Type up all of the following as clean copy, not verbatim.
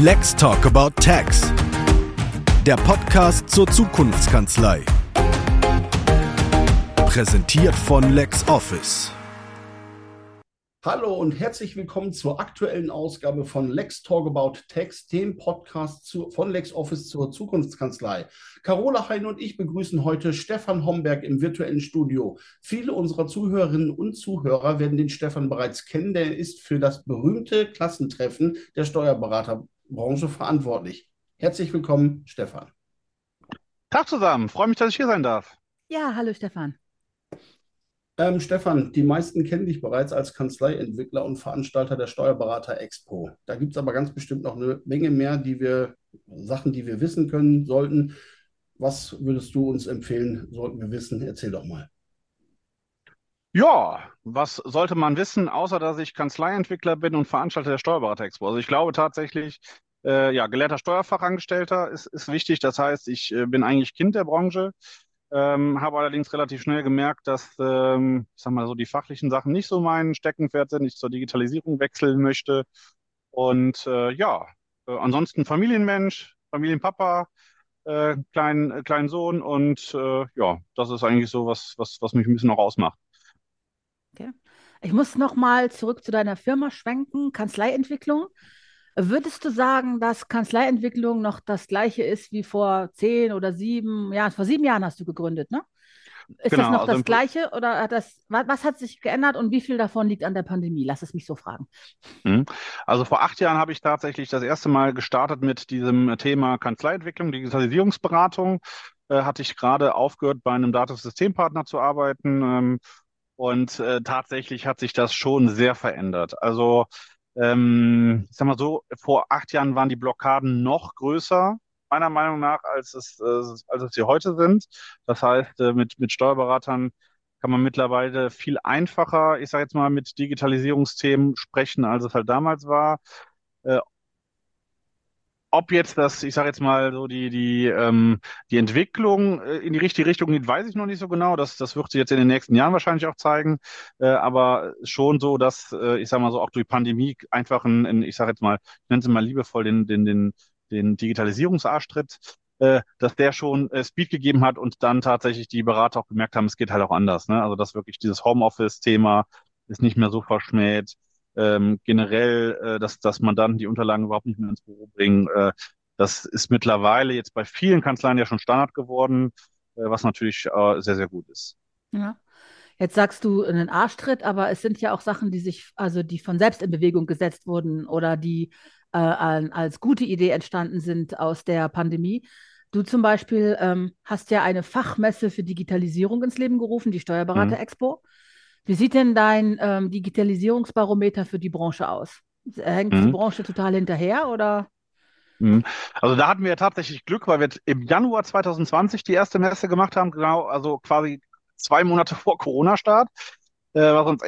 Let's Talk About Tax. Der Podcast zur Zukunftskanzlei. Präsentiert von LexOffice. Hallo und herzlich willkommen zur aktuellen Ausgabe von Let's Talk About Tax, dem Podcast von LexOffice zur Zukunftskanzlei. Carola Hein und ich begrüßen heute Stefan Homberg im virtuellen Studio. Viele unserer Zuhörerinnen und Zuhörer werden den Stefan bereits kennen, der ist für das berühmte Klassentreffen der Steuerberaterbranche verantwortlich. Herzlich willkommen, Stefan. Tag zusammen, freue mich, dass ich hier sein darf. Ja, hallo Stefan. Stefan, die meisten kennen dich bereits als Kanzleientwickler und Veranstalter der Steuerberater Expo. Da gibt es aber ganz bestimmt noch eine Menge mehr, Sachen, die wir wissen können sollten. Was würdest du uns empfehlen, sollten wir wissen? Erzähl doch mal. Ja, was sollte man wissen, außer dass ich Kanzleientwickler bin und Veranstalter der Steuerberater Expo? Also ich glaube tatsächlich, gelehrter Steuerfachangestellter ist wichtig. Das heißt, ich bin eigentlich Kind der Branche. Habe allerdings relativ schnell gemerkt, dass, ich sag mal so, die fachlichen Sachen nicht so mein Steckenpferd sind, ich zur Digitalisierung wechseln möchte. Und ansonsten Familienmensch, Familienpapa, kleinen Sohn und das ist eigentlich so, was mich ein bisschen auch ausmacht. Okay. Ich muss noch mal zurück zu deiner Firma schwenken, Kanzleientwicklung. Würdest du sagen, dass Kanzleientwicklung noch das gleiche ist wie vor 10 oder 7 Jahren? Vor 7 Jahren hast du gegründet, ne? Ist das Genau, noch also das Gleiche oder was hat sich geändert und wie viel davon liegt an der Pandemie? Lass es mich so fragen. Also vor 8 Jahren habe ich tatsächlich das erste Mal gestartet mit diesem Thema Kanzleientwicklung, Digitalisierungsberatung. Hatte ich gerade aufgehört, bei einem Datenssystempartner zu arbeiten. Und tatsächlich hat sich das schon sehr verändert. Also ich sag mal so, vor 8 Jahren waren die Blockaden noch größer, meiner Meinung nach, als es sie heute sind. Das heißt, mit Steuerberatern kann man mittlerweile viel einfacher, ich sage jetzt mal, mit Digitalisierungsthemen sprechen, als es halt damals war. Äh, Ob jetzt das, ich sage jetzt mal so, die Entwicklung in die richtige Richtung geht, weiß ich noch nicht so genau. Das wird sich jetzt in den nächsten Jahren wahrscheinlich auch zeigen. Aber schon so, dass, ich sage mal so, auch durch Pandemie einfach ich sage jetzt mal, ich nenne es mal liebevoll, den Digitalisierungsarschtritt, dass der schon Speed gegeben hat und dann tatsächlich die Berater auch gemerkt haben, es geht halt auch anders. Ne? Also dass wirklich dieses Homeoffice-Thema ist nicht mehr so verschmäht. Generell, dass Mandanten die Unterlagen überhaupt nicht mehr ins Büro bringen. Das ist mittlerweile jetzt bei vielen Kanzleien ja schon Standard geworden, was natürlich sehr, sehr gut ist. Ja. Jetzt sagst du einen Arschtritt, aber es sind ja auch Sachen, die von selbst in Bewegung gesetzt wurden oder die als gute Idee entstanden sind aus der Pandemie. Du zum Beispiel hast ja eine Fachmesse für Digitalisierung ins Leben gerufen, die Steuerberater Mhm. Expo. Wie sieht denn dein Digitalisierungsbarometer für die Branche aus? Hängt die Mhm. Branche total hinterher oder? Mhm. Also da hatten wir ja tatsächlich Glück, weil wir im Januar 2020 die erste Messe gemacht haben, genau, also quasi 2 Monate vor Corona-Start, was uns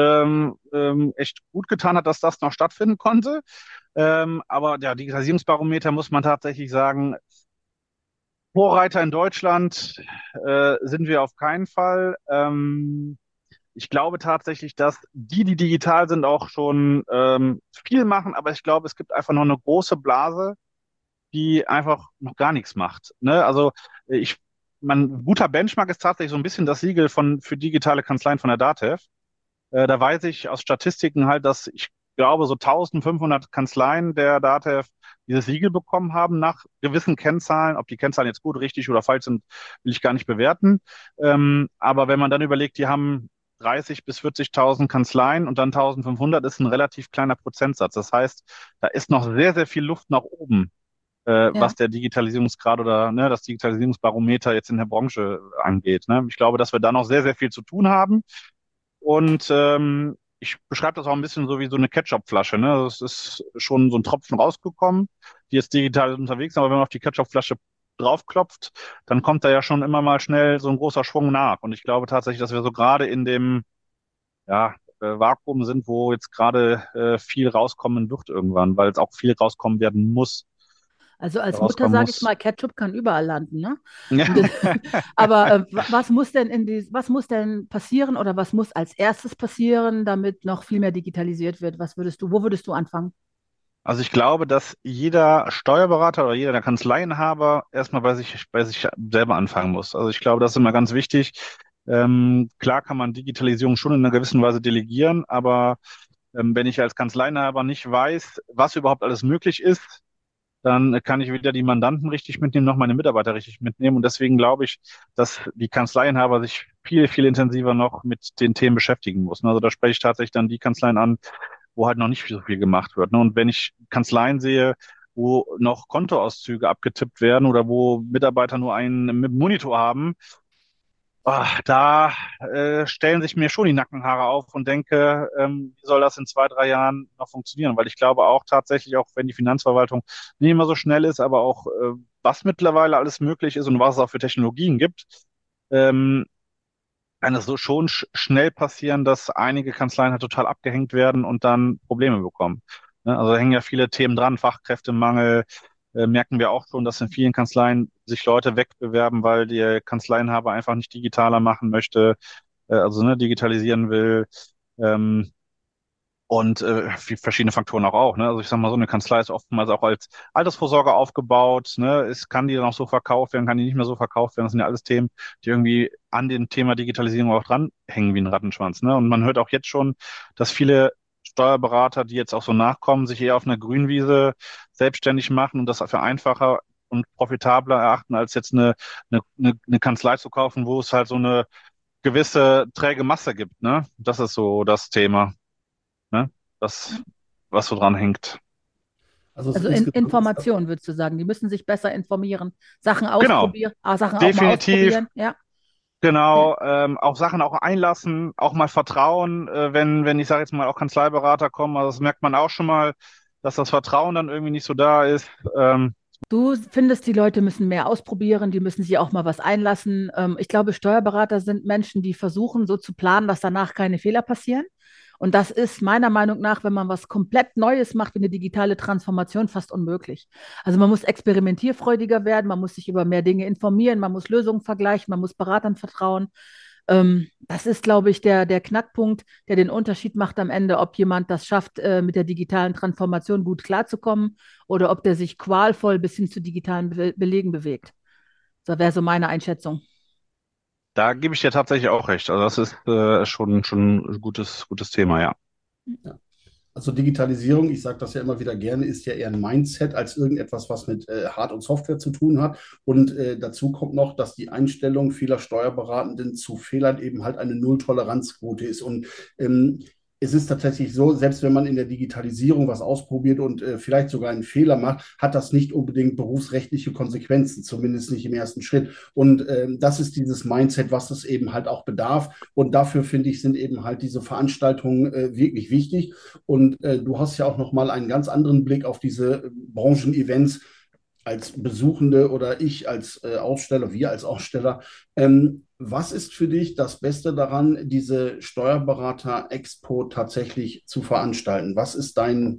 echt gut getan hat, dass das noch stattfinden konnte. Aber der Digitalisierungsbarometer muss man tatsächlich sagen, Vorreiter in Deutschland sind wir auf keinen Fall. Ich glaube tatsächlich, dass die digital sind, auch schon viel machen, aber ich glaube, es gibt einfach noch eine große Blase, die einfach noch gar nichts macht. Ne? Also ein guter Benchmark ist tatsächlich so ein bisschen das Siegel für digitale Kanzleien von der DATEV. Da weiß ich aus Statistiken halt, dass ich glaube, so 1500 Kanzleien der DATEV dieses Siegel bekommen haben nach gewissen Kennzahlen. Ob die Kennzahlen jetzt gut, richtig oder falsch sind, will ich gar nicht bewerten. Aber wenn man dann überlegt, die haben 30 bis 40.000 Kanzleien und dann 1500 ist ein relativ kleiner Prozentsatz. Das heißt, da ist noch sehr, sehr viel Luft nach oben, was Ja. der Digitalisierungsgrad oder ne, das Digitalisierungsbarometer jetzt in der Branche angeht. Ne? Ich glaube, dass wir da noch sehr, sehr viel zu tun haben. Und ich beschreibe das auch ein bisschen so wie so eine Ketchupflasche. Ne? Es ist schon so ein Tropfen rausgekommen, die jetzt digital unterwegs sind, aber wenn man auf die Ketchupflasche draufklopft, dann kommt da ja schon immer mal schnell so ein großer Schwung nach. Und ich glaube tatsächlich, dass wir so gerade in dem Vakuum sind, wo jetzt gerade viel rauskommen wird irgendwann, weil es auch viel rauskommen werden muss, Also als Mutter rauskommen sage ich muss. mal, Ketchup kann überall landen, ne? Und das, aber was muss denn passieren oder was muss als erstes passieren, damit noch viel mehr digitalisiert wird? Wo würdest du anfangen? Also ich glaube, dass jeder Steuerberater oder jeder der Kanzleienhaber erstmal bei sich selber anfangen muss. Also ich glaube, das ist immer ganz wichtig. Klar kann man Digitalisierung schon in einer gewissen Weise delegieren, aber wenn ich als Kanzleienhaber nicht weiß, was überhaupt alles möglich ist, dann kann ich weder die Mandanten richtig mitnehmen, noch meine Mitarbeiter richtig mitnehmen. Und deswegen glaube ich, dass die Kanzleienhaber sich viel, viel intensiver noch mit den Themen beschäftigen müssen. Also da spreche ich tatsächlich dann die Kanzleien an, wo halt noch nicht so viel gemacht wird. Ne? Und wenn ich Kanzleien sehe, wo noch Kontoauszüge abgetippt werden oder wo Mitarbeiter nur einen Monitor haben, da stellen sich mir schon die Nackenhaare auf und denke, wie soll das in 2, 3 Jahren noch funktionieren? Weil ich glaube auch tatsächlich, auch wenn die Finanzverwaltung nicht immer so schnell ist, aber auch was mittlerweile alles möglich ist und was es auch für Technologien gibt, ähm, kann es so schon schnell passieren, dass einige Kanzleien halt total abgehängt werden und dann Probleme bekommen. Ne? Also da hängen ja viele Themen dran, Fachkräftemangel, merken wir auch schon, dass in vielen Kanzleien sich Leute wegbewerben, weil der Kanzleienhaber einfach nicht digitaler machen möchte, also ne, digitalisieren will. Ähm, und verschiedene Faktoren auch, ne? Also ich sag mal, so eine Kanzlei ist oftmals auch als Altersvorsorge aufgebaut, ne? Kann die dann auch so verkauft werden, kann die nicht mehr so verkauft werden? Das sind ja alles Themen, die irgendwie an dem Thema Digitalisierung auch dranhängen wie ein Rattenschwanz, ne? Und man hört auch jetzt schon, dass viele Steuerberater, die jetzt auch so nachkommen, sich eher auf einer Grünwiese selbstständig machen und das für einfacher und profitabler erachten, als jetzt eine Kanzlei zu kaufen, wo es halt so eine gewisse träge Masse gibt, ne? Das ist so das Thema, ne? Das, was so dran hängt. Also Also insgesamt ist das, Information, würdest du sagen. Die müssen sich besser informieren, Sachen Genau, ausprobieren, Sachen auch mal definitiv, ausprobieren. Ja. Ja. genau. Auch Sachen auch einlassen, auch mal vertrauen, wenn ich sage jetzt mal auch Kanzleiberater kommen, also das merkt man auch schon mal, dass das Vertrauen dann irgendwie nicht so da ist. Du findest, die Leute müssen mehr ausprobieren, die müssen sich auch mal was einlassen. Ich glaube, Steuerberater sind Menschen, die versuchen, so zu planen, dass danach keine Fehler passieren. Und das ist meiner Meinung nach, wenn man was komplett Neues macht, wie eine digitale Transformation, fast unmöglich. Also man muss experimentierfreudiger werden, man muss sich über mehr Dinge informieren, man muss Lösungen vergleichen, man muss Beratern vertrauen. Das ist, glaube ich, der Knackpunkt, der den Unterschied macht am Ende, ob jemand das schafft, mit der digitalen Transformation gut klarzukommen oder ob der sich qualvoll bis hin zu digitalen Belegen bewegt. Das wäre so meine Einschätzung. Da gebe ich dir tatsächlich auch recht. Also das ist schon ein gutes Thema, ja. ja. Also Digitalisierung, ich sage das ja immer wieder gerne, ist ja eher ein Mindset als irgendetwas, was mit Hard- und Software zu tun hat. Und dazu kommt noch, dass die Einstellung vieler Steuerberatenden zu Fehlern eben halt eine Null-Toleranzquote ist. Und es ist tatsächlich so, selbst wenn man in der Digitalisierung was ausprobiert und vielleicht sogar einen Fehler macht, hat das nicht unbedingt berufsrechtliche Konsequenzen, zumindest nicht im ersten Schritt. Und das ist dieses Mindset, was es eben halt auch bedarf. Und dafür, finde ich, sind eben halt diese Veranstaltungen wirklich wichtig. Und du hast ja auch noch mal einen ganz anderen Blick auf diese Branchen-Events als Besuchende oder ich als Aussteller, wir als Aussteller. Was ist für dich das Beste daran, diese Steuerberater-Expo tatsächlich zu veranstalten? Was ist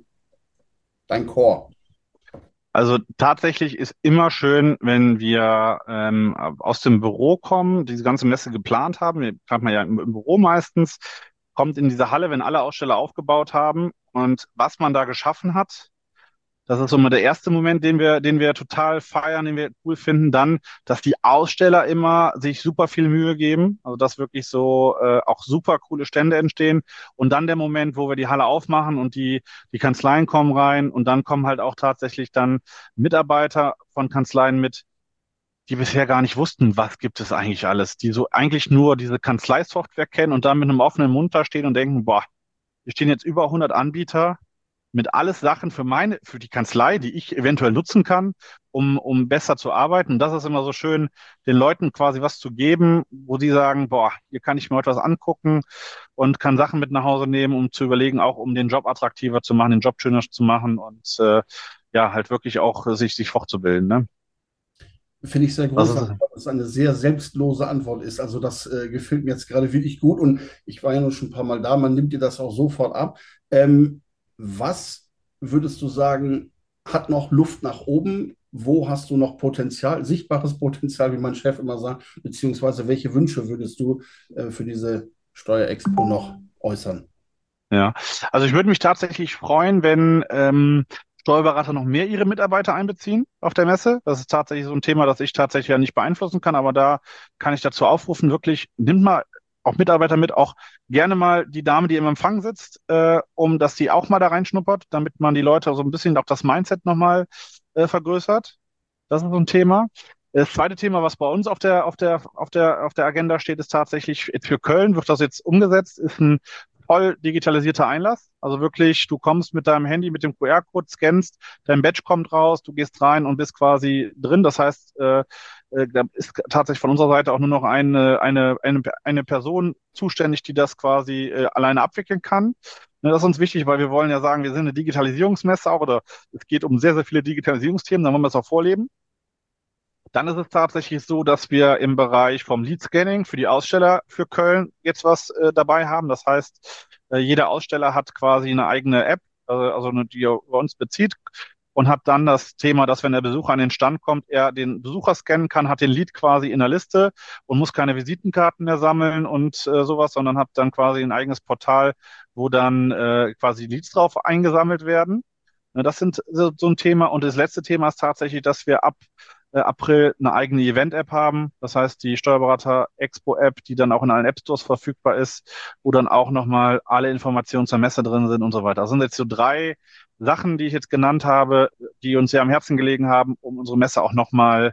dein Core? Also tatsächlich ist immer schön, wenn wir aus dem Büro kommen, diese ganze Messe geplant haben. Wir plant man ja im Büro meistens, kommt in diese Halle, wenn alle Aussteller aufgebaut haben und was man da geschaffen hat. Das ist so mal der erste Moment, den wir total feiern, den wir cool finden. Dann, dass die Aussteller immer sich super viel Mühe geben, also dass wirklich so auch super coole Stände entstehen. Und dann der Moment, wo wir die Halle aufmachen und die Kanzleien kommen rein und dann kommen halt auch tatsächlich dann Mitarbeiter von Kanzleien mit, die bisher gar nicht wussten, was gibt es eigentlich alles, die so eigentlich nur diese Kanzleisoftware kennen und dann mit einem offenen Mund da stehen und denken, boah, hier stehen jetzt über 100 Anbieter mit alles Sachen für die Kanzlei, die ich eventuell nutzen kann, um besser zu arbeiten. Und das ist immer so schön, den Leuten quasi was zu geben, wo sie sagen, boah, hier kann ich mir heute was angucken und kann Sachen mit nach Hause nehmen, um zu überlegen, auch um den Job attraktiver zu machen, den Job schöner zu machen und ja, halt wirklich auch sich fortzubilden, ne? Finde ich sehr Das ist, großartig, weil es eine sehr selbstlose Antwort ist. Also das gefällt mir jetzt gerade wirklich gut und ich war ja nur schon ein paar Mal da, man nimmt dir das auch sofort ab. Was würdest du sagen, hat noch Luft nach oben? Wo hast du noch Potenzial, sichtbares Potenzial, wie mein Chef immer sagt, beziehungsweise welche Wünsche würdest du für diese Steuerexpo noch äußern? ja, also ich würde mich tatsächlich freuen, wenn Steuerberater noch mehr ihre Mitarbeiter einbeziehen auf der Messe. Das ist tatsächlich so ein Thema, das ich tatsächlich ja nicht beeinflussen kann, aber da kann ich dazu aufrufen, wirklich, nimmt mal auch Mitarbeiter mit, auch gerne mal die Dame, die im Empfang sitzt, dass die auch mal da reinschnuppert, damit man die Leute so ein bisschen auch das Mindset nochmal vergrößert. Das ist so ein Thema. Das zweite Thema, was bei uns auf der Agenda steht, ist tatsächlich jetzt für Köln, wird das jetzt umgesetzt, ist ein voll digitalisierter Einlass. Also wirklich, du kommst mit deinem Handy, mit dem QR-Code, scannst, dein Badge kommt raus, du gehst rein und bist quasi drin. Das heißt, da ist tatsächlich von unserer Seite auch nur noch eine Person zuständig, die das quasi alleine abwickeln kann. Ne, das ist uns wichtig, weil wir wollen ja sagen, wir sind eine Digitalisierungsmesse auch, oder es geht um sehr, sehr viele Digitalisierungsthemen, dann wollen wir es auch vorleben. Dann ist es tatsächlich so, dass wir im Bereich vom Lead Scanning für die Aussteller für Köln jetzt was dabei haben. Das heißt, jeder Aussteller hat quasi eine eigene App, die er bei uns bezieht und hat dann das Thema, dass wenn der Besucher an den Stand kommt, er den Besucher scannen kann, hat den Lead quasi in der Liste und muss keine Visitenkarten mehr sammeln und sowas, sondern hat dann quasi ein eigenes Portal, wo dann quasi Leads drauf eingesammelt werden. Ne, das sind so ein Thema. Und das letzte Thema ist tatsächlich, dass wir ab April eine eigene Event-App haben. Das heißt, die Steuerberater-Expo-App, die dann auch in allen App-Stores verfügbar ist, wo dann auch nochmal alle Informationen zur Messe drin sind und so weiter. Das sind jetzt so 3 Sachen, die ich jetzt genannt habe, die uns sehr am Herzen gelegen haben, um unsere Messe auch nochmal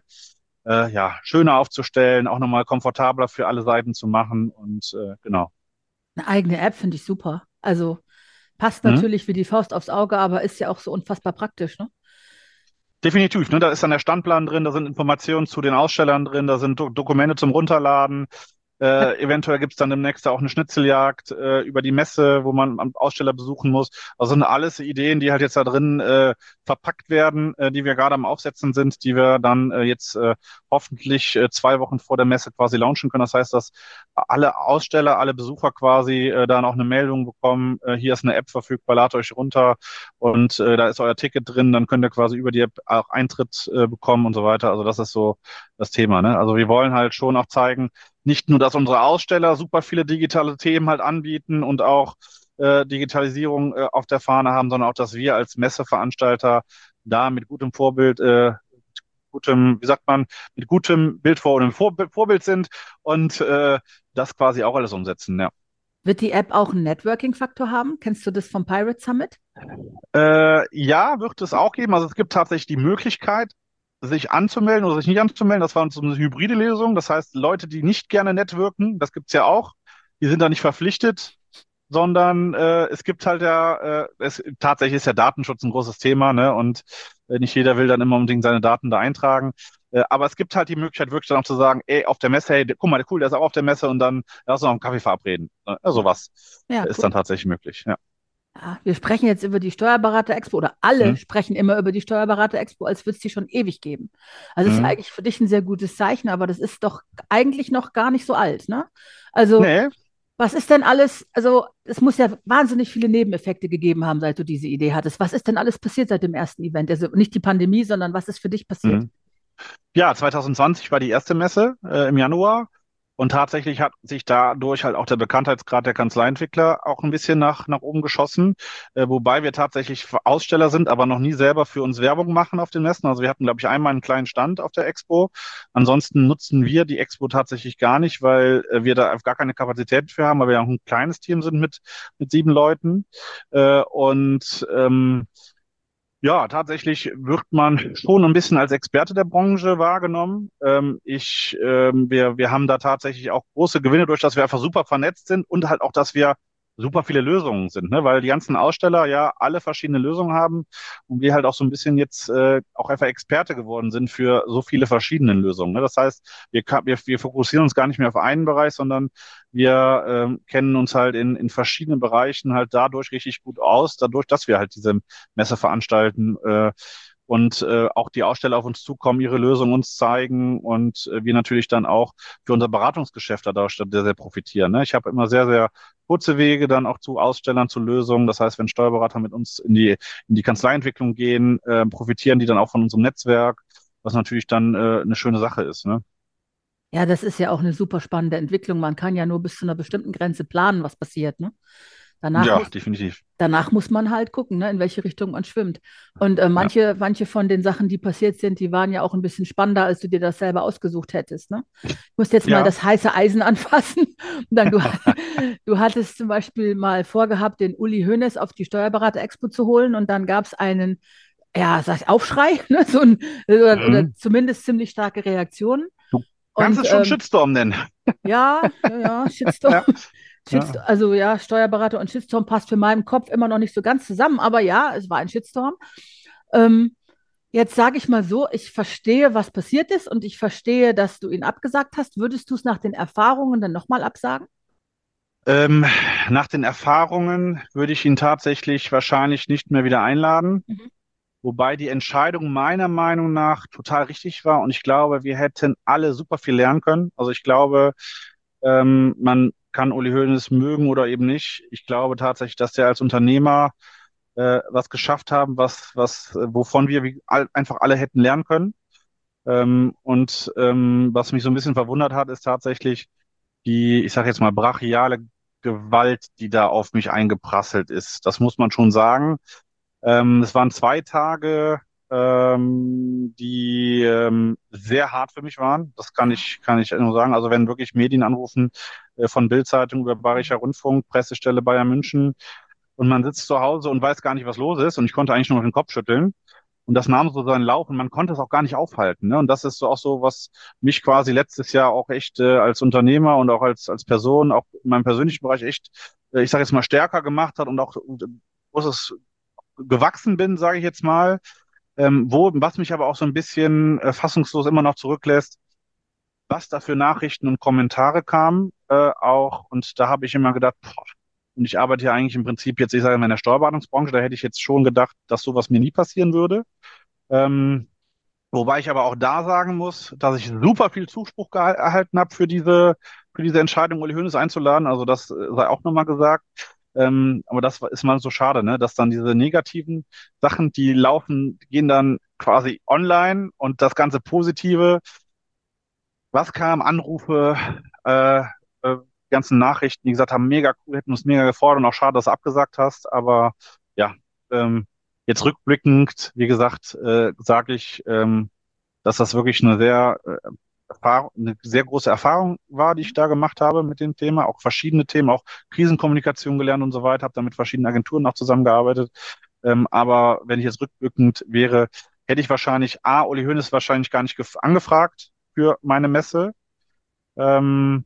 schöner aufzustellen, auch nochmal komfortabler für alle Seiten zu machen und genau. Eine eigene App finde ich super. Also passt Mhm. natürlich wie die Faust aufs Auge, aber ist ja auch so unfassbar praktisch, ne? Definitiv, ne? Da ist dann der Standplan drin, da sind Informationen zu den Ausstellern drin, da sind Dokumente zum Runterladen. Eventuell gibt es dann demnächst auch eine Schnitzeljagd über die Messe, wo man am Aussteller besuchen muss. Also sind alles Ideen, die halt jetzt da drin verpackt werden, die wir gerade am Aufsetzen sind, die wir dann jetzt hoffentlich 2 Wochen vor der Messe quasi launchen können. Das heißt, dass alle Aussteller, alle Besucher quasi dann auch eine Meldung bekommen, hier ist eine App verfügbar, ladet euch runter und da ist euer Ticket drin, dann könnt ihr quasi über die App auch Eintritt bekommen und so weiter. Also das ist so das Thema, ne? Also wir wollen halt schon auch zeigen, nicht nur, dass unsere Aussteller super viele digitale Themen halt anbieten und auch Digitalisierung auf der Fahne haben, sondern auch, dass wir als Messeveranstalter da mit gutem Vorbild, wie sagt man, mit gutem Bild vor einem Vorbild sind und das quasi auch alles umsetzen, ja. Wird die App auch einen Networking-Faktor haben? Kennst du das vom Pirate Summit? Ja, wird es auch geben. Also es gibt tatsächlich die Möglichkeit, sich anzumelden oder sich nicht anzumelden. Das war so eine hybride Lösung. Das heißt, Leute, die nicht gerne networken, das gibt's ja auch, die sind da nicht verpflichtet, sondern es gibt halt tatsächlich ist ja Datenschutz ein großes Thema, ne? Und nicht jeder will dann immer unbedingt seine Daten da eintragen. Aber es gibt halt die Möglichkeit, wirklich dann auch zu sagen, ey, auf der Messe, hey, guck mal, cool, der ist auch auf der Messe und dann lass uns noch einen Kaffee verabreden. Ne? Sowas Ja, ist cool. dann tatsächlich möglich, ja. Ja, wir sprechen jetzt über die Steuerberater-Expo oder alle Mhm. sprechen immer über die Steuerberater-Expo, als würde es die schon ewig geben. Also es ist ja Mhm. eigentlich für dich ein sehr gutes Zeichen, aber das ist doch eigentlich noch gar nicht so alt, ne? Also Nee, was ist denn alles, also es muss ja wahnsinnig viele Nebeneffekte gegeben haben, seit du diese Idee hattest. Was ist denn alles passiert seit dem ersten Event? Also nicht die Pandemie, sondern was ist für dich passiert? mhm. Ja, 2020 war die erste Messe im Januar und tatsächlich hat sich dadurch halt auch der Bekanntheitsgrad der Kanzleientwickler auch ein bisschen nach oben geschossen, wobei wir tatsächlich Aussteller sind, aber noch nie selber für uns Werbung machen auf den Messen. Also wir hatten, glaube ich, einmal einen kleinen Stand auf der Expo. Ansonsten nutzen wir die Expo tatsächlich gar nicht, weil wir da gar keine Kapazität für haben, weil wir ja auch ein kleines Team sind mit 7 Leuten. Ja, tatsächlich wird man schon ein bisschen als Experte der Branche wahrgenommen. Wir haben da tatsächlich auch große Gewinne, durch dass wir einfach super vernetzt sind und halt auch, dass wir super viele Lösungen sind, ne? Weil die ganzen Aussteller ja alle verschiedene Lösungen haben und wir halt auch so ein bisschen jetzt auch einfach Experte geworden sind für so viele verschiedene Lösungen. Ne? Das heißt, wir fokussieren uns gar nicht mehr auf einen Bereich, sondern wir kennen uns halt in verschiedenen Bereichen halt dadurch richtig gut aus, dadurch, dass wir halt diese Messe veranstalten und auch die Aussteller auf uns zukommen, ihre Lösungen uns zeigen und wir natürlich dann auch für unser Beratungsgeschäft dadurch sehr, sehr profitieren. Ne? Ich habe immer sehr, sehr kurze Wege dann auch zu Ausstellern, zu Lösungen. Das heißt, wenn Steuerberater mit uns in die Kanzleientwicklung gehen, profitieren die dann auch von unserem Netzwerk, was natürlich dann eine schöne Sache ist. Ne? Ja, das ist ja auch eine super spannende Entwicklung. Man kann ja nur bis zu einer bestimmten Grenze planen, was passiert, ne? Danach Ja, muss, definitiv. danach muss man halt gucken, ne, in welche Richtung man schwimmt. Und Ja, manche von den Sachen, die passiert sind, die waren ja auch ein bisschen spannender, als du dir das selber ausgesucht hättest. Ne? Ich muss jetzt mal ja, das heiße Eisen anfassen. Und dann, du hattest zum Beispiel mal vorgehabt, den Uli Hoeneß auf die Steuerberater-Expo zu holen und dann gab es einen, ja, sag ich, Aufschrei, ne? Oder mhm. zumindest ziemlich starke Reaktionen. Du kannst Und es schon Shitstorm nennen. ja, Shitstorm. Ja, ja. Also ja, Steuerberater und Shitstorm passt für meinen Kopf immer noch nicht so ganz zusammen, aber ja, es war ein Shitstorm. Ähm, Jetzt sage ich mal so, ich verstehe, was passiert ist und ich verstehe, dass du ihn abgesagt hast. Würdest du es nach den Erfahrungen dann nochmal absagen? Ähm, Nach den Erfahrungen würde ich ihn tatsächlich wahrscheinlich nicht mehr wieder einladen. Mhm. Wobei die Entscheidung meiner Meinung nach total richtig war und ich glaube, wir hätten alle super viel lernen können. Also ich glaube, man kann Uli Hoeneß mögen oder eben nicht. Ich glaube tatsächlich, dass der als Unternehmer was geschafft haben, wovon wir einfach alle hätten lernen können. Was mich so ein bisschen verwundert hat, ist tatsächlich ich sage jetzt mal, brachiale Gewalt, die da auf mich eingeprasselt ist. Das muss man schon sagen. Es waren 2 Tage, die sehr hart für mich waren. Das kann ich nur sagen. Also wenn wirklich Medien anrufen, von Bild-Zeitung über Bayerischer Rundfunk, Pressestelle Bayern München, und man sitzt zu Hause und weiß gar nicht, was los ist, und ich konnte eigentlich nur noch den Kopf schütteln. Und das nahm so seinen Lauf und man konnte es auch gar nicht aufhalten. Ne? Und das ist so auch so, was mich quasi letztes Jahr auch echt als Unternehmer und auch als Person, auch in meinem persönlichen Bereich echt, ich sage jetzt mal, stärker gemacht hat und auch wo es gewachsen bin, sage ich jetzt mal, was mich aber auch so ein bisschen fassungslos immer noch zurücklässt, was da für Nachrichten und Kommentare kamen auch. Und da habe ich immer gedacht, boah, und ich arbeite ja eigentlich im Prinzip jetzt, ich sage in der Steuerberatungsbranche, da hätte ich jetzt schon gedacht, dass sowas mir nie passieren würde. Ähm, Wobei ich aber auch da sagen muss, dass ich super viel Zuspruch erhalten habe für diese Entscheidung, Uli Hoeneß einzuladen. Also das sei auch nochmal gesagt. Aber das ist mal so schade, ne? Dass dann diese negativen Sachen, die laufen, gehen dann quasi online und das ganze Positive, was kam, Anrufe, die ganzen Nachrichten, die gesagt haben, mega cool, hätten uns mega gefreut und auch schade, dass du abgesagt hast. Aber ja, ähm, jetzt rückblickend, wie gesagt, sage ich, dass das wirklich eine sehr große Erfahrung war, die ich da gemacht habe mit dem Thema, auch verschiedene Themen, auch Krisenkommunikation gelernt und so weiter, habe da mit verschiedenen Agenturen auch zusammengearbeitet. Aber wenn ich jetzt rückblickend wäre, hätte ich wahrscheinlich Uli Hoeneß wahrscheinlich gar nicht angefragt für meine Messe, ähm,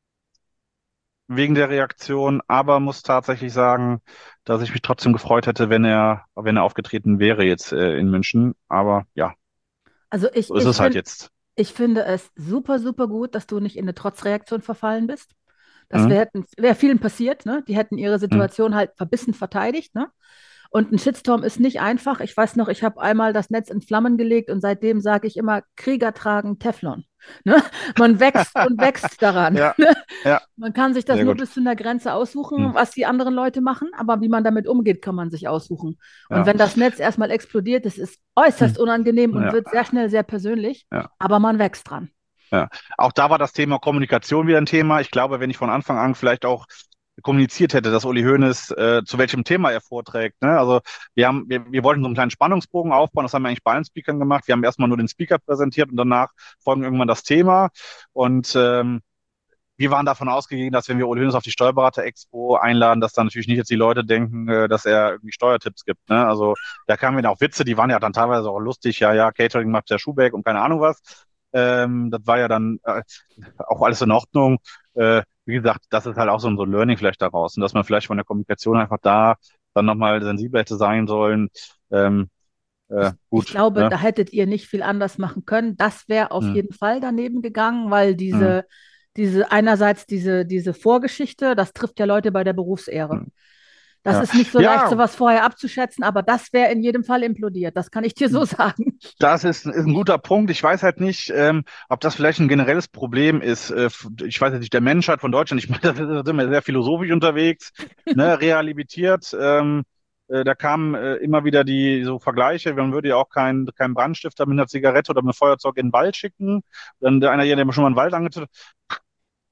wegen der Reaktion, aber muss tatsächlich sagen, dass ich mich trotzdem gefreut hätte, wenn er aufgetreten wäre jetzt in München. Aber ja, Also so ist es halt jetzt. ich finde es super, super gut, dass du nicht in eine Trotzreaktion verfallen bist. Das Mhm. wäre vielen passiert, ne? Die hätten ihre Mhm. Situation halt verbissen verteidigt, ne? Und ein Shitstorm ist nicht einfach. Ich weiß noch, ich habe einmal das Netz in Flammen gelegt und seitdem sage ich immer, Krieger tragen Teflon. Ne? Man wächst und wächst daran. Ja, Ne? ja, Man kann sich das sehr nur gut. bis zu einer Grenze Mhm. aussuchen, was die anderen Leute machen, aber wie man damit umgeht, kann man sich aussuchen. Und Ja. wenn das Netz erstmal explodiert, das ist äußerst Mhm. unangenehm und Ja, wird sehr schnell sehr persönlich, ja, aber man wächst dran. ja. Auch da war das Thema Kommunikation wieder ein Thema. Ich glaube, wenn ich von Anfang an vielleicht auch kommuniziert hätte, dass Uli Hoeneß zu welchem Thema er vorträgt. Ne? Also wir wollten so einen kleinen Spannungsbogen aufbauen, das haben wir eigentlich bei allen Speakern gemacht. Wir haben erstmal nur den Speaker präsentiert und danach folgen irgendwann das Thema. Und wir waren davon ausgegangen, dass wenn wir Uli Hoeneß auf die Steuerberater-Expo einladen, dass dann natürlich nicht jetzt die Leute denken, dass er irgendwie Steuertipps gibt. Ne? Also da kamen dann auch Witze, die waren ja dann teilweise auch lustig. Ja, ja, Catering macht der Schuhbag und keine Ahnung was. Das war ja dann auch alles in Ordnung. Wie gesagt, das ist halt auch so ein Learning vielleicht daraus und dass man vielleicht von der Kommunikation einfach da dann nochmal sensibler hätte sein sollen. Ähm, Ich gut, glaube, ne? da hättet ihr nicht viel anders machen können. Das wäre auf Hm, jeden Fall daneben gegangen, weil hm, einerseits diese Vorgeschichte, das trifft ja Leute bei der Berufsehre. hm. Das Ja, ist nicht so leicht, ja, sowas vorher abzuschätzen, aber das wäre in jedem Fall implodiert. Das kann ich dir so sagen. das ist ein guter Punkt. Ich weiß halt nicht, ob das vielleicht ein generelles Problem ist. Ich weiß jetzt nicht, der Menschheit von Deutschland. Ich meine, da sind wir sehr philosophisch unterwegs, ne, realisiert. Da kamen immer wieder die so Vergleiche. Man würde ja auch keinen Brandstifter mit einer Zigarette oder mit einem Feuerzeug in den Wald schicken. Dann einer hier, der schon mal einen Wald angezündet hat.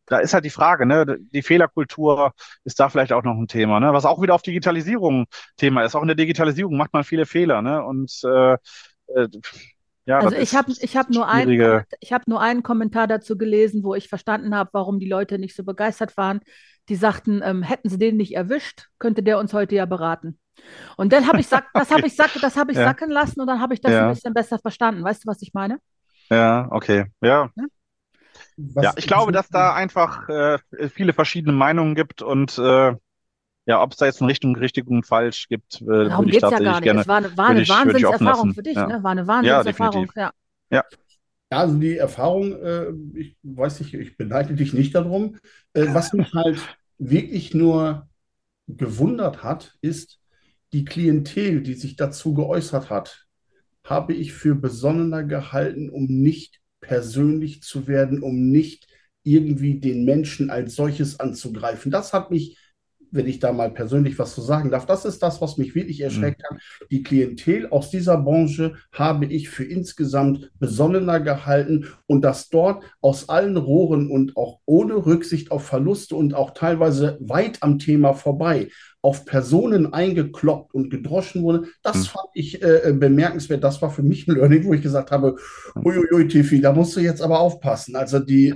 da ist halt die Frage, ne? Die Fehlerkultur ist da vielleicht auch noch ein Thema, ne? Was auch wieder auf Digitalisierung Thema ist. Auch in der Digitalisierung macht man viele Fehler, ne? Und ja, Also das ich habe ist ich hab nur einen schwierige. Ich hab nur einen Kommentar dazu gelesen, wo ich verstanden habe, warum die Leute nicht so begeistert waren. Die sagten, hätten sie den nicht erwischt, könnte der uns heute ja beraten. Und dann Okay. das habe ich Ja, sacken lassen und dann habe ich das ein ja, bisschen besser verstanden. Weißt du, was ich meine? ja, okay. Ja, Ja? ja. Was, Ich was glaube, mich, dass da einfach viele verschiedene Meinungen gibt und ja, ob es da jetzt eine Richtung richtig und falsch gibt, Darum würde ich geht es ja gar tatsächlich nicht. gerne, Es war eine würde ich offen Wahnsinnserfahrung lassen. für dich, Ja, ne? War eine ja, Wahnsinnserfahrung, definitiv. ja. Ja. ja, also die Erfahrung, ich weiß nicht, ich beneide dich nicht darum. Was mich halt wirklich nur gewundert hat, ist die Klientel, die sich dazu geäußert hat, habe ich für besonnener gehalten, um nicht persönlich zu werden, um nicht irgendwie den Menschen als solches anzugreifen. Das hat mich, wenn ich da mal persönlich was zu sagen darf, das ist das, was mich wirklich Hm, erschreckt hat. Die Klientel aus dieser Branche habe ich für insgesamt besonnener gehalten und dass dort aus allen Rohren und auch ohne Rücksicht auf Verluste und auch teilweise weit am Thema vorbei auf Personen eingekloppt und gedroschen wurde, hm, das fand ich bemerkenswert. Das war für mich ein Learning, wo ich gesagt habe, hm. uiuiui, Tiffy, da musst du jetzt aber aufpassen. Also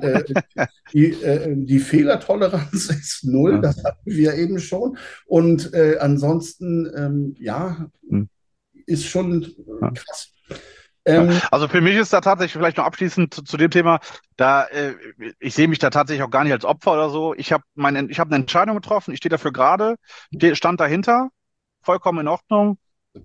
die Fehlertoleranz ist null, Ja, das hatten wir eben schon. Und ansonsten, ja, hm, ist schon ja. krass. Ja. Ähm, Also für mich ist da tatsächlich vielleicht noch abschließend zu dem Thema, da ich sehe mich da tatsächlich auch gar nicht als Opfer oder so. Ich habe eine Entscheidung getroffen, ich stehe dafür gerade, stand dahinter, vollkommen in Ordnung.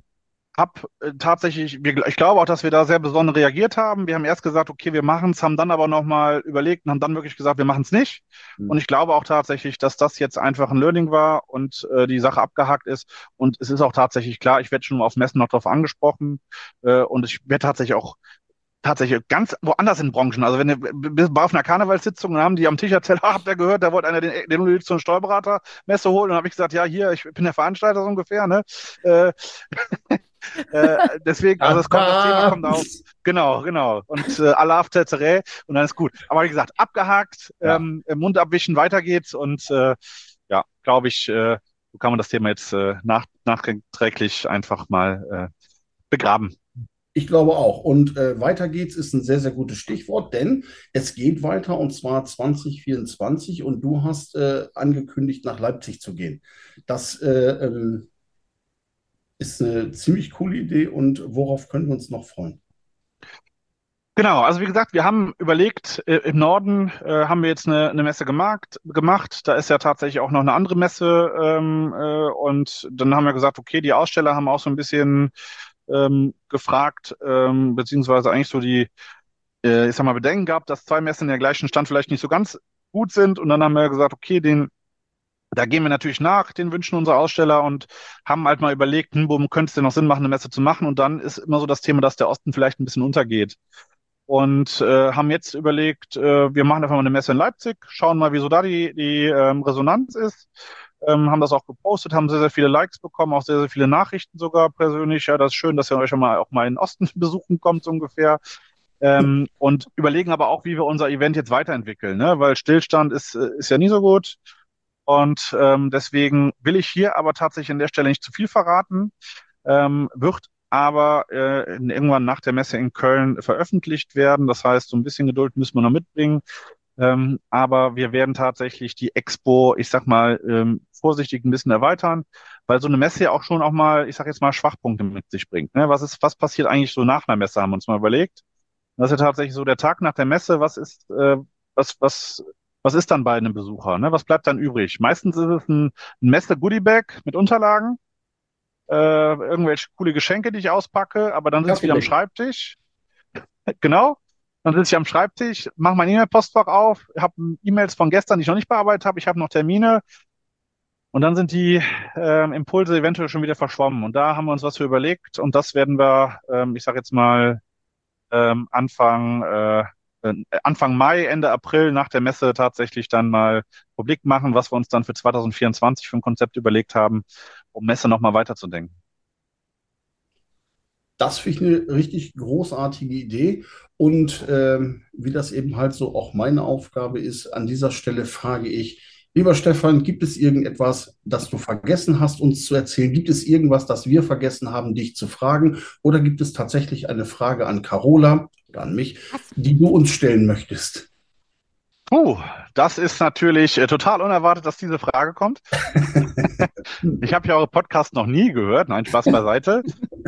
Ich glaube auch, dass wir da sehr besonnen reagiert haben. Wir haben erst gesagt, okay, wir machen es, haben dann aber nochmal überlegt und haben dann wirklich gesagt, wir machen es nicht. Und ich glaube auch tatsächlich, dass das jetzt einfach ein Learning war und die Sache abgehakt ist. Und es ist auch tatsächlich klar, ich werde schon auf Messen noch darauf angesprochen und ich werde tatsächlich ganz woanders in Branchen. Also wenn du war auf einer Karnevalssitzung und haben die am Tisch erzählt, habt ihr gehört, da wollte einer den Uli zur Steuerberatermesse holen und habe ich gesagt, ja, hier, ich bin der Veranstalter so ungefähr, ne? Äh, deswegen, also das Thema da, kommt auf. Genau, genau. Und Allah auf Tetere und dann ist gut. Aber wie gesagt, abgehakt, ja. Mund abwischen, weiter geht's und ja, glaube ich, so kann man das Thema jetzt nachträglich einfach mal begraben. Ich glaube auch. Und weiter geht's ist ein sehr, sehr gutes Stichwort, denn es geht weiter und zwar 2024 und du hast angekündigt, nach Leipzig zu gehen. Das ist eine ziemlich coole Idee und worauf können wir uns noch freuen? Genau, also wie gesagt, wir haben überlegt, im Norden haben wir jetzt eine Messe gemacht. Da ist ja tatsächlich auch noch eine andere Messe. Und dann haben wir gesagt, okay, die Aussteller haben auch so ein bisschen gefragt, beziehungsweise eigentlich so ich sag mal, Bedenken gehabt, dass zwei Messen in der gleichen Stadt vielleicht nicht so ganz gut sind. Und dann haben wir gesagt, okay, da gehen wir natürlich nach den Wünschen unserer Aussteller und haben halt mal überlegt, wo könnte es denn noch Sinn machen, eine Messe zu machen? Und dann ist immer so das Thema, dass der Osten vielleicht ein bisschen untergeht und haben jetzt überlegt, wir machen einfach mal eine Messe in Leipzig, schauen mal, wieso da die Resonanz ist. Haben das auch gepostet, haben sehr, sehr viele Likes bekommen, auch sehr, sehr viele Nachrichten sogar persönlich. Ja, das ist schön, dass ihr euch auch mal in den Osten besuchen kommt, so ungefähr. Und überlegen aber auch, wie wir unser Event jetzt weiterentwickeln, ne? Weil Stillstand ist ja nie so gut. Und deswegen will ich hier aber tatsächlich an der Stelle nicht zu viel verraten, wird aber irgendwann nach der Messe in Köln veröffentlicht werden. Das heißt, so ein bisschen Geduld müssen wir noch mitbringen. Aber wir werden tatsächlich die Expo, ich sag mal, vorsichtig ein bisschen erweitern, weil so eine Messe ja auch schon auch mal, ich sag jetzt mal, Schwachpunkte mit sich bringt. Ne? Was passiert eigentlich so nach einer Messe, haben wir uns mal überlegt. Das ist ja tatsächlich so der Tag nach der Messe. Was, was, was ist dann bei einem Besucher? Ne? Was bleibt dann übrig? Meistens ist es ein Messe-Goodie-Bag mit Unterlagen, irgendwelche coole Geschenke, die ich auspacke, aber dann sitze ich wieder am Kaffeebecher. Schreibtisch. Genau. Dann sitze ich am Schreibtisch, mache mein E-Mail-Postfach auf, habe E-Mails von gestern, die ich noch nicht bearbeitet habe, ich habe noch Termine und dann sind die Impulse eventuell schon wieder verschwommen. Und da haben wir uns was für überlegt und das werden wir, ich sage jetzt mal, Anfang Mai, Ende April nach der Messe tatsächlich dann mal publik machen, was wir uns dann für 2024 für ein Konzept überlegt haben, um Messe nochmal weiterzudenken. Das finde ich eine richtig großartige Idee. Und wie das eben halt so auch meine Aufgabe ist, an dieser Stelle frage ich, lieber Stefan, gibt es irgendetwas, das du vergessen hast, uns zu erzählen? Gibt es irgendwas, das wir vergessen haben, dich zu fragen? Oder gibt es tatsächlich eine Frage an Carola oder an mich, die du uns stellen möchtest? Das ist natürlich total unerwartet, dass diese Frage kommt. Ich habe ja eure Podcast noch nie gehört. Nein, Spaß beiseite.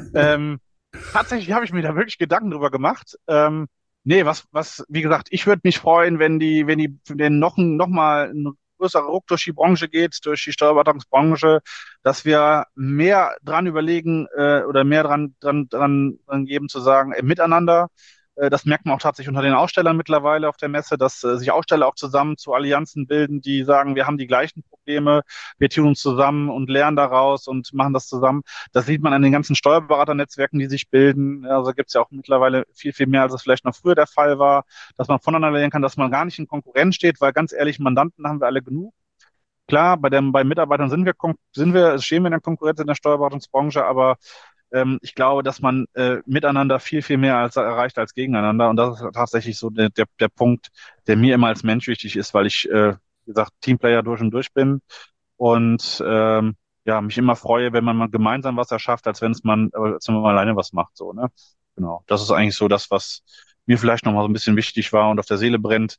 Tatsächlich habe ich mir da wirklich Gedanken drüber gemacht. Nee, wie gesagt, ich würde mich freuen, wenn wenn noch mal ein größerer Ruck durch die Branche geht, durch die Steuerberatungsbranche, dass wir mehr dran überlegen oder mehr dran geben zu sagen, miteinander. Das merkt man auch tatsächlich unter den Ausstellern mittlerweile auf der Messe, dass sich Aussteller auch zusammen zu Allianzen bilden, die sagen, wir haben die gleichen Probleme, wir tun uns zusammen und lernen daraus und machen das zusammen. Das sieht man an den ganzen Steuerberaternetzwerken, die sich bilden. Also gibt es ja auch mittlerweile viel, viel mehr, als es vielleicht noch früher der Fall war, dass man voneinander lernen kann, dass man gar nicht in Konkurrenz steht, weil ganz ehrlich, Mandanten haben wir alle genug. Klar, bei Mitarbeitern stehen wir in der Konkurrenz in der Steuerberatungsbranche, aber ich glaube, dass man miteinander viel, viel mehr erreicht als gegeneinander. Und das ist tatsächlich so der Punkt, der mir immer als Mensch wichtig ist, weil ich, wie gesagt, Teamplayer durch und durch bin und mich immer freue, wenn man mal gemeinsam was erschafft, als wenn man alleine was macht. So, ne? Genau. Das ist eigentlich so das, was mir vielleicht nochmal so ein bisschen wichtig war und auf der Seele brennt,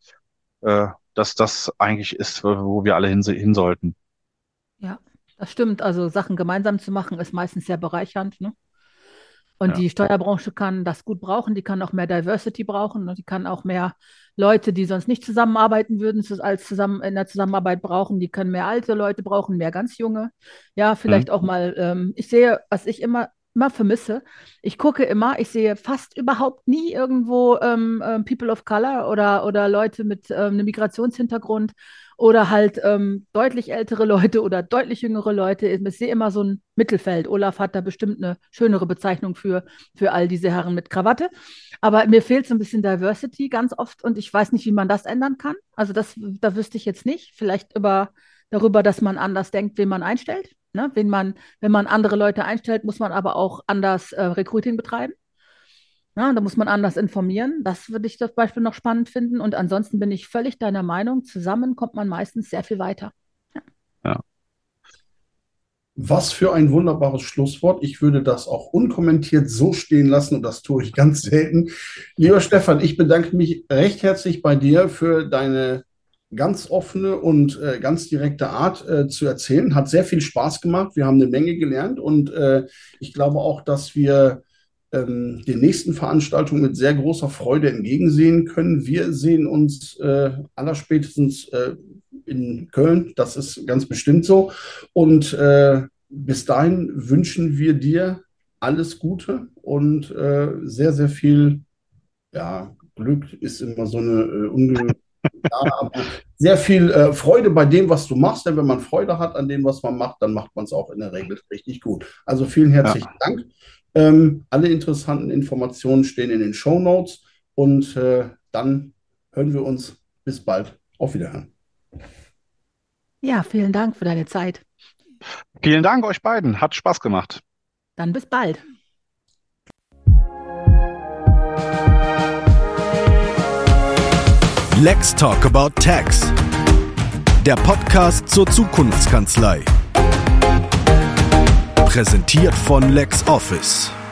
dass das eigentlich ist, wo wir alle hin sollten. Ja, das stimmt. Also Sachen gemeinsam zu machen, ist meistens sehr bereichernd, ne? Und Ja. die Steuerbranche kann das gut brauchen, die kann auch mehr Diversity brauchen und die kann auch mehr Leute, die sonst nicht zusammenarbeiten würden, in der Zusammenarbeit brauchen. Die können mehr alte Leute brauchen, mehr ganz junge. Ja, vielleicht auch mal, ich sehe, was ich immer vermisse. Ich sehe fast überhaupt nie irgendwo People of Color oder Leute mit einem Migrationshintergrund oder halt deutlich ältere Leute oder deutlich jüngere Leute. Ich sehe immer so ein Mittelfeld. Olaf hat da bestimmt eine schönere Bezeichnung für all diese Herren mit Krawatte. Aber mir fehlt so ein bisschen Diversity ganz oft und ich weiß nicht, wie man das ändern kann. Also da wüsste ich jetzt nicht. Vielleicht darüber, dass man anders denkt, wen man einstellt. Ne? Wenn man andere Leute einstellt, muss man aber auch anders Recruiting betreiben. Ja, da muss man anders informieren. Das würde ich zum Beispiel noch spannend finden. Und ansonsten bin ich völlig deiner Meinung. Zusammen kommt man meistens sehr viel weiter. Ja. Was für ein wunderbares Schlusswort. Ich würde das auch unkommentiert so stehen lassen und das tue ich ganz selten. Lieber Stefan, ich bedanke mich recht herzlich bei dir für deine ganz offene und ganz direkte Art zu erzählen. Hat sehr viel Spaß gemacht. Wir haben eine Menge gelernt und ich glaube auch, dass wir den nächsten Veranstaltungen mit sehr großer Freude entgegensehen können. Wir sehen uns allerspätestens in Köln. Das ist ganz bestimmt so. Und bis dahin wünschen wir dir alles Gute und sehr, sehr viel, ja, Glück ist immer so eine aber sehr viel Freude bei dem, was du machst. Denn wenn man Freude hat an dem, was man macht, dann macht man es auch in der Regel richtig gut. Also vielen herzlichen Dank. Alle interessanten Informationen stehen in den Shownotes und dann hören wir uns. Bis bald. Auf Wiederhören. Ja, vielen Dank für deine Zeit. Vielen Dank euch beiden. Hat Spaß gemacht. Dann bis bald. Let's Talk About Tax. Der Podcast zur Zukunftskanzlei. Präsentiert von LexOffice.